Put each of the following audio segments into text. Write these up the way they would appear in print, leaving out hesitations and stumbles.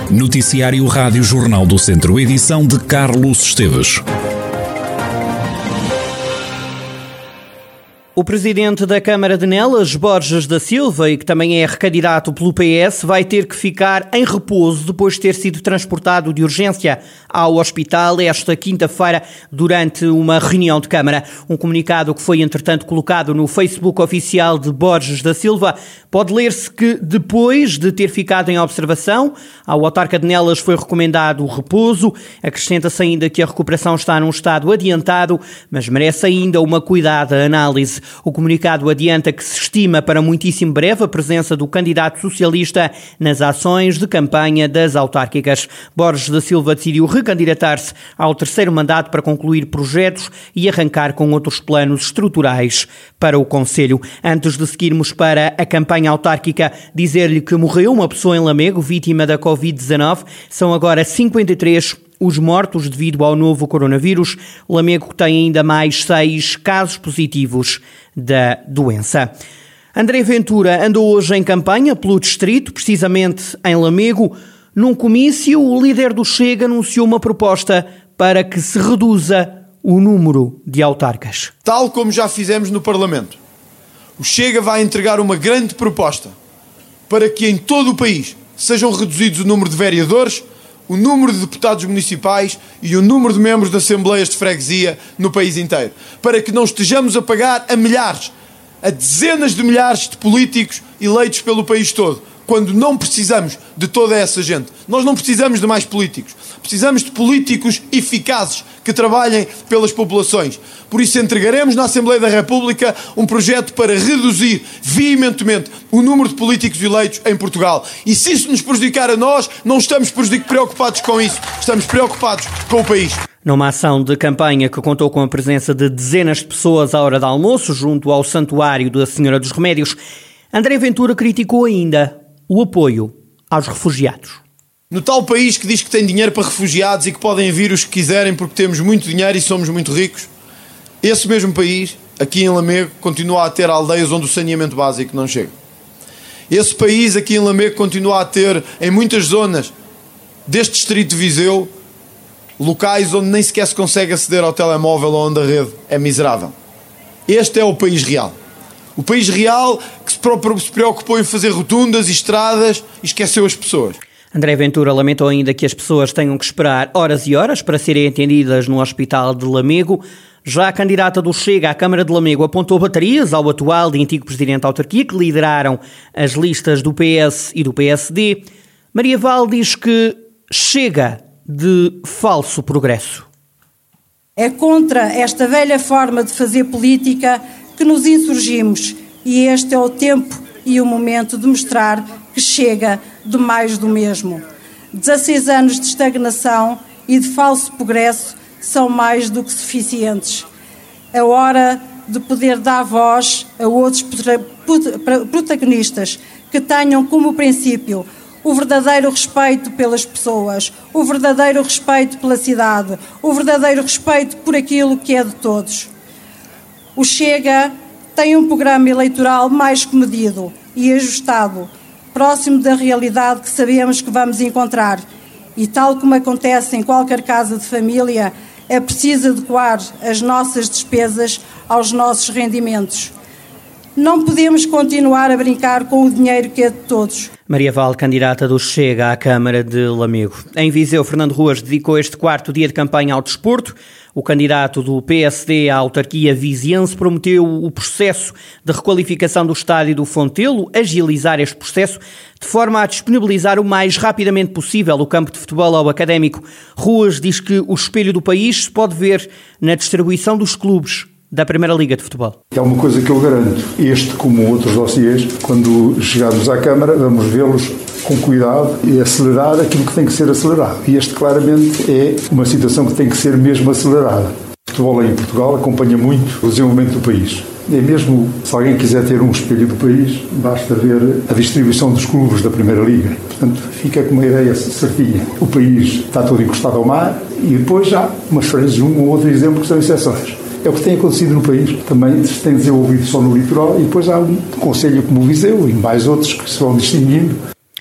Noticiário Rádio Jornal do Centro, edição de Carlos Esteves. O presidente da Câmara de Nelas, Borges da Silva, e que também é recandidato pelo PS, vai ter que ficar em repouso depois de ter sido transportado de urgência ao hospital esta quinta-feira durante uma reunião de Câmara. Um comunicado que foi, entretanto, colocado no Facebook oficial de Borges da Silva pode ler-se que, depois de ter ficado em observação, ao autarca de Nelas foi recomendado o repouso. Acrescenta-se ainda que a recuperação está num estado adiantado, mas merece ainda uma cuidada análise. O comunicado adianta que se estima para muitíssimo breve a presença do candidato socialista nas ações de campanha das autárquicas. Borges da Silva decidiu recandidatar-se ao terceiro mandato para concluir projetos e arrancar com outros planos estruturais para o Conselho. Antes de seguirmos para a campanha autárquica, dizer-lhe que morreu uma pessoa em Lamego, vítima da Covid-19. São agora 53 os mortos devido ao novo coronavírus. Lamego tem ainda mais 6 casos positivos da doença. André Ventura andou hoje em campanha pelo distrito, precisamente em Lamego. Num comício, o líder do Chega anunciou uma proposta para que se reduza o número de autarcas. Tal como já fizemos no Parlamento, o Chega vai entregar uma grande proposta para que em todo o país sejam reduzidos o número de vereadores, o número de deputados municipais e o número de membros de assembleias de freguesia no país inteiro. Para que não estejamos a pagar a milhares, a dezenas de milhares de políticos eleitos pelo país todo, quando não precisamos de toda essa gente. Nós não precisamos de mais políticos. Precisamos de políticos eficazes que trabalhem pelas populações. Por isso entregaremos na Assembleia da República um projeto para reduzir veementemente o número de políticos eleitos em Portugal. E se isso nos prejudicar a nós, não estamos preocupados com isso. Estamos preocupados com o país. Numa ação de campanha que contou com a presença de dezenas de pessoas à hora de almoço junto ao Santuário da Senhora dos Remédios, André Ventura criticou ainda o apoio aos refugiados. No tal país que diz que tem dinheiro para refugiados e que podem vir os que quiserem porque temos muito dinheiro e somos muito ricos, esse mesmo país, aqui em Lamego, continua a ter aldeias onde o saneamento básico não chega. Esse país, aqui em Lamego, continua a ter, em muitas zonas deste distrito de Viseu, locais onde nem sequer se consegue aceder ao telemóvel ou onde a rede é miserável. Este é o país real. O país real que se preocupou em fazer rotundas e estradas e esqueceu as pessoas. André Ventura lamentou ainda que as pessoas tenham que esperar horas e horas para serem atendidas no hospital de Lamego. Já a candidata do Chega à Câmara de Lamego apontou baterias ao atual e antigo presidente da autarquia, que lideraram as listas do PS e do PSD. Maria Val diz que chega de falso progresso. É contra esta velha forma de fazer política que nos insurgimos, e este é o tempo e o momento de mostrar que chega de mais do mesmo. 16 anos de estagnação e de falso progresso são mais do que suficientes. É hora de poder dar voz a outros protagonistas que tenham como princípio o verdadeiro respeito pelas pessoas, o verdadeiro respeito pela cidade, o verdadeiro respeito por aquilo que é de todos. O Chega tem um programa eleitoral mais comedido e ajustado, próximo da realidade que sabemos que vamos encontrar. E tal como acontece em qualquer casa de família, é preciso adequar as nossas despesas aos nossos rendimentos. Não podemos continuar a brincar com o dinheiro que é de todos. Maria Val, candidata do Chega à Câmara de Lamego. Em Viseu, Fernando Ruas dedicou este quarto dia de campanha ao desporto. O candidato do PSD à autarquia viziense prometeu o processo de requalificação do estádio do Fontelo, agilizar este processo de forma a disponibilizar o mais rapidamente possível o campo de futebol ao Académico. Ruas diz que o espelho do país se pode ver na distribuição dos clubes da Primeira Liga de Futebol. É uma coisa que eu garanto, este como outros dossiês, quando chegarmos à Câmara, vamos vê-los com cuidado e acelerar aquilo que tem que ser acelerado. E este claramente é uma situação que tem que ser mesmo acelerada. O futebol em Portugal acompanha muito o desenvolvimento do país. E mesmo se alguém quiser ter um espelho do país, basta ver a distribuição dos clubes da Primeira Liga. Portanto, fica com uma ideia certinha. O país está todo encostado ao mar e depois já umas frases, um ou outro exemplo que são exceções. É o que tem acontecido no país. Também se tem desenvolvido só no litoral e depois há um concelho como o Viseu e mais outros que se vão distinguindo.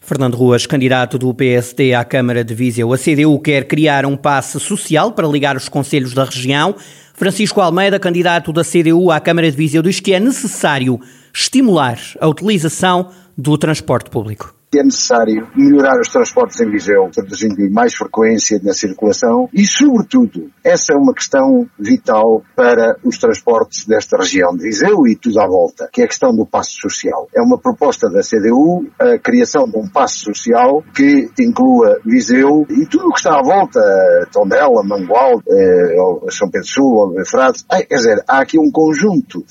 Fernando Ruas, candidato do PSD à Câmara de Viseu. A CDU quer criar um passe social para ligar os concelhos da região. Francisco Almeida, candidato da CDU à Câmara de Viseu, diz que é necessário estimular a utilização do transporte público. É necessário melhorar os transportes em Viseu, traduzindo em mais frequência na circulação e, sobretudo, essa é uma questão vital para os transportes desta região de Viseu e tudo à volta, que é a questão do passe social. É uma proposta da CDU, a criação de um passe social que inclua Viseu e tudo o que está à volta, Tondela, Mangualde, São Pedro Sul, Albufeira. Quer dizer, há aqui um conjunto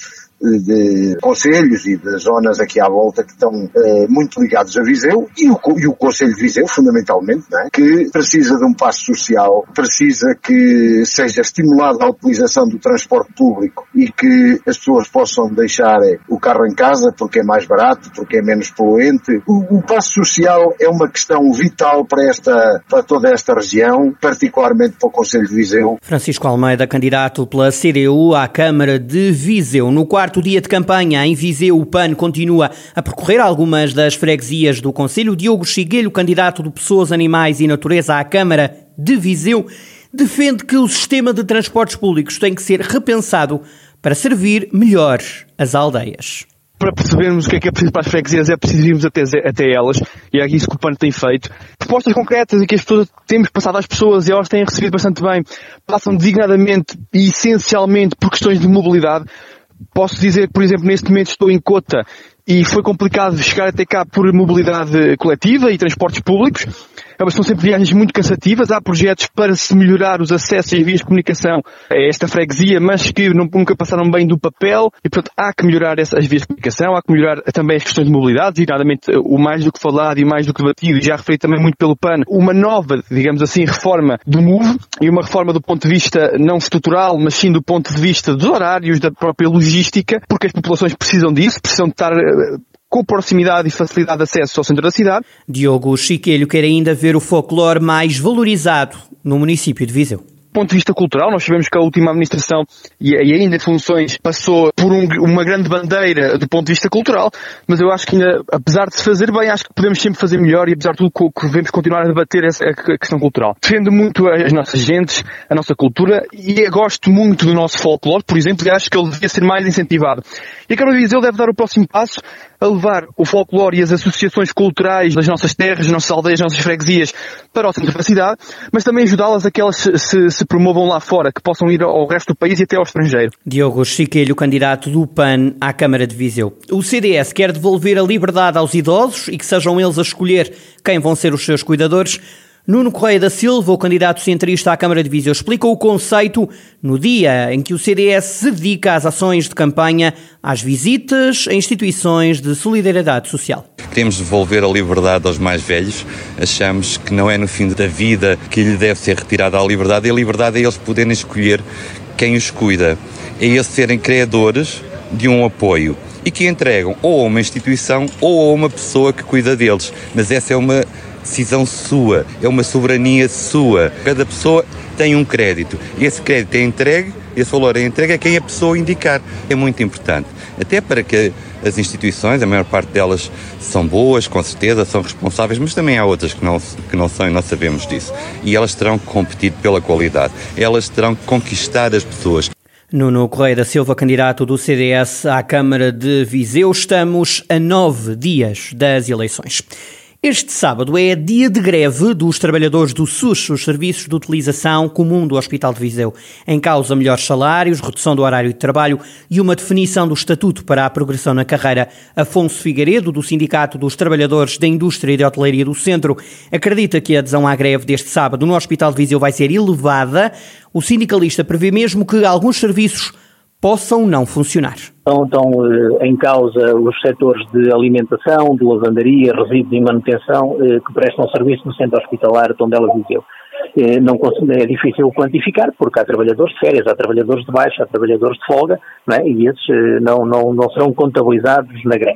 de concelhos e de zonas aqui à volta que estão muito ligados a Viseu e o Concelho de Viseu, fundamentalmente, não é? Que precisa de um passo social, precisa que seja estimulada a utilização do transporte público e que as pessoas possam deixar o carro em casa porque é mais barato, porque é menos poluente. O passo social é uma questão vital para toda esta região, particularmente para o Concelho de Viseu. Francisco Almeida, candidato pela CDU à Câmara de Viseu. No quarto dia de campanha em Viseu, o PAN continua a percorrer algumas das freguesias do concelho. Diogo Chiguelho, candidato de Pessoas, Animais e Natureza à Câmara de Viseu, defende que o sistema de transportes públicos tem que ser repensado para servir melhor as aldeias. Para percebermos o que é preciso para as freguesias, é preciso irmos até elas, e é isso que o PAN tem feito. Propostas concretas e que as pessoas temos passado às pessoas e elas têm recebido bastante bem, passam designadamente e essencialmente por questões de mobilidade. Posso dizer que, por exemplo, neste momento estou em Cota e foi complicado chegar até cá por mobilidade coletiva e transportes públicos. São sempre viagens muito cansativas. Há projetos para se melhorar os acessos e as vias de comunicação a esta freguesia, mas que nunca passaram bem do papel e, portanto, há que melhorar essas vias de comunicação, há que melhorar também as questões de mobilidade, designadamente o mais do que falado e mais do que debatido, e já referi também muito pelo PAN, uma nova, digamos assim, reforma do MOVE e uma reforma do ponto de vista não estrutural, mas sim do ponto de vista dos horários, da própria logística, porque as populações precisam disso, precisam de estar com proximidade e facilidade de acesso ao centro da cidade. Diogo Chiguelho quer ainda ver o folclore mais valorizado no município de Viseu. Do ponto de vista cultural, nós sabemos que a última administração e ainda de funções passou por uma grande bandeira do ponto de vista cultural, mas eu acho que ainda, apesar de se fazer bem, acho que podemos sempre fazer melhor e apesar de tudo devemos continuar a debater a questão cultural. Defendo muito as nossas gentes, a nossa cultura e gosto muito do nosso folclore, por exemplo, e acho que ele devia ser mais incentivado. E a Câmara de Viseu deve dar o próximo passo a levar o folclore e as associações culturais das nossas terras, das nossas aldeias, das nossas freguesias para o centro da cidade, mas também ajudá-las a que elas se promovam lá fora, que possam ir ao resto do país e até ao estrangeiro. Diogo Chiguelho, candidato do PAN à Câmara de Viseu. O CDS quer devolver a liberdade aos idosos e que sejam eles a escolher quem vão ser os seus cuidadores. Nuno Correia da Silva, o candidato centrista à Câmara de Viseu, explica o conceito no dia em que o CDS se dedica às ações de campanha, às visitas a instituições de solidariedade social. Queremos devolver a liberdade aos mais velhos. Achamos que não é no fim da vida que lhe deve ser retirada a liberdade, e a liberdade é eles poderem escolher quem os cuida. É eles serem criadores de um apoio e que entregam ou a uma instituição ou a uma pessoa que cuida deles. Mas essa é uma decisão sua, é uma soberania sua. Cada pessoa tem um crédito. Esse crédito é entregue, esse valor é entregue a quem a pessoa indicar. É muito importante. Até para que as instituições, a maior parte delas são boas, com certeza, são responsáveis, mas também há outras que não são e nós sabemos disso. E elas terão que competir pela qualidade. Elas terão que conquistar as pessoas. Nuno Correia da Silva, candidato do CDS à Câmara de Viseu. Estamos a 9 dias das eleições. Este sábado é dia de greve dos trabalhadores do SUS, os serviços de utilização comum do Hospital de Viseu. Em causa melhores salários, redução do horário de trabalho e uma definição do estatuto para a progressão na carreira. Afonso Figueiredo, do Sindicato dos Trabalhadores da Indústria e de Hotelaria do Centro, acredita que a adesão à greve deste sábado no Hospital de Viseu vai ser elevada. O sindicalista prevê mesmo que alguns serviços possam não funcionar. Estão em causa os setores de alimentação, de lavandaria, resíduos e manutenção que prestam serviço no centro hospitalar Tondela Viseu. Não é difícil quantificar, porque há trabalhadores de férias, há trabalhadores de baixa, há trabalhadores de folga, não é? E esses não serão contabilizados na greve.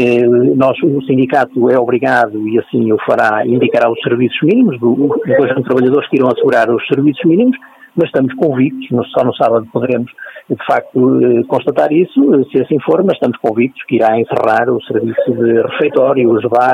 O sindicato é obrigado, e assim o fará, indicará os serviços mínimos, os conjunto de trabalhadores que irão assegurar os serviços mínimos, mas estamos convictos, só no sábado poderemos de facto constatar isso, se assim for, mas estamos convictos que irá encerrar o serviço de refeitório, os bares,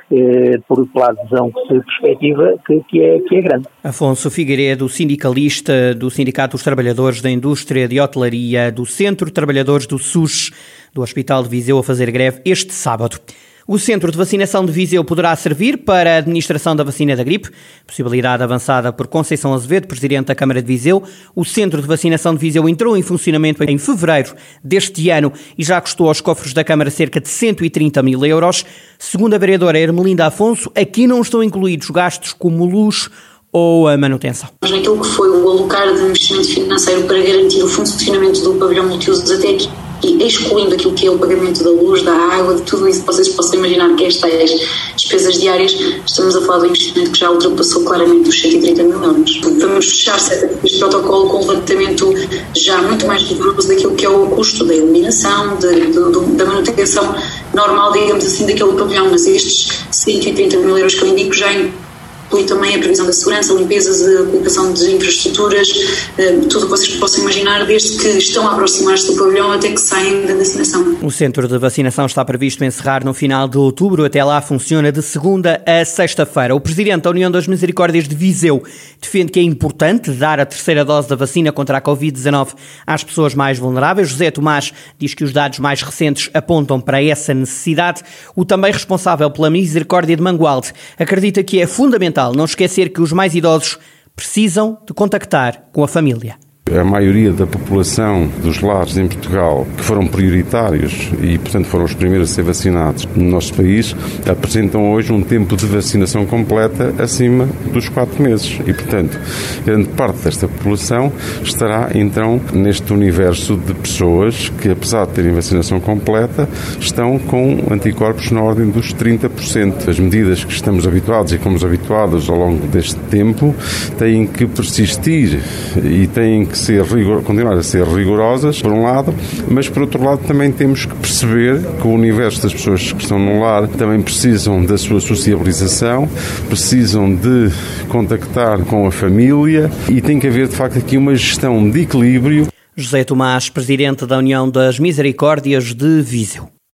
pela adesão que se perspectiva, que é grande. Afonso Figueiredo, sindicalista do Sindicato dos Trabalhadores da Indústria de Hotelaria do Centro de Trabalhadores do SUS do Hospital de Viseu, a fazer greve este sábado. O Centro de Vacinação de Viseu poderá servir para a administração da vacina da gripe, possibilidade avançada por Conceição Azevedo, Presidente da Câmara de Viseu. O Centro de Vacinação de Viseu entrou em funcionamento em fevereiro deste ano e já custou aos cofres da Câmara cerca de 130 mil euros. Segundo a vereadora Ermelinda Afonso, aqui não estão incluídos gastos como luz ou a manutenção. Mas naquilo que foi o alocar de investimento financeiro para garantir o funcionamento do pavilhão multiusos até aqui, e excluindo aquilo que é o pagamento da luz, da água, de tudo isso que vocês possam imaginar que estas despesas diárias, estamos a falar de um investimento que já ultrapassou claramente os 130 mil euros. Vamos fechar este protocolo com um levantamento já muito mais rigoroso daquilo que é o custo da iluminação, da manutenção normal, digamos assim, daquele pavilhão, mas estes 130 mil euros que eu indico já inclui também a previsão da segurança, limpezas, a colocação de infraestruturas, tudo o que vocês possam imaginar, desde que estão a aproximar-se do pavilhão até que saem da vacinação. O centro de vacinação está previsto encerrar no final de outubro. Até lá funciona de segunda a sexta-feira. O presidente da União das Misericórdias de Viseu defende que é importante dar a terceira dose da vacina contra a Covid-19 às pessoas mais vulneráveis. José Tomás diz que os dados mais recentes apontam para essa necessidade. O também responsável pela Misericórdia de Mangualde acredita que é fundamental não esquecer que os mais idosos precisam de contactar com a família. A maioria da população dos lares em Portugal, que foram prioritários e, portanto, foram os primeiros a ser vacinados no nosso país, apresentam hoje um tempo de vacinação completa acima dos 4 meses. E, portanto, grande parte desta população estará, então, neste universo de pessoas que, apesar de terem vacinação completa, estão com anticorpos na ordem dos 30%. As medidas que estamos habituados e que fomos habituados ao longo deste tempo têm que persistir e têm que continuar a ser rigorosas, por um lado, mas por outro lado também temos que perceber que o universo das pessoas que estão no lar também precisam da sua sociabilização, precisam de contactar com a família e tem que haver de facto aqui uma gestão de equilíbrio. José Tomás, Presidente da União das Misericórdias de Viseu.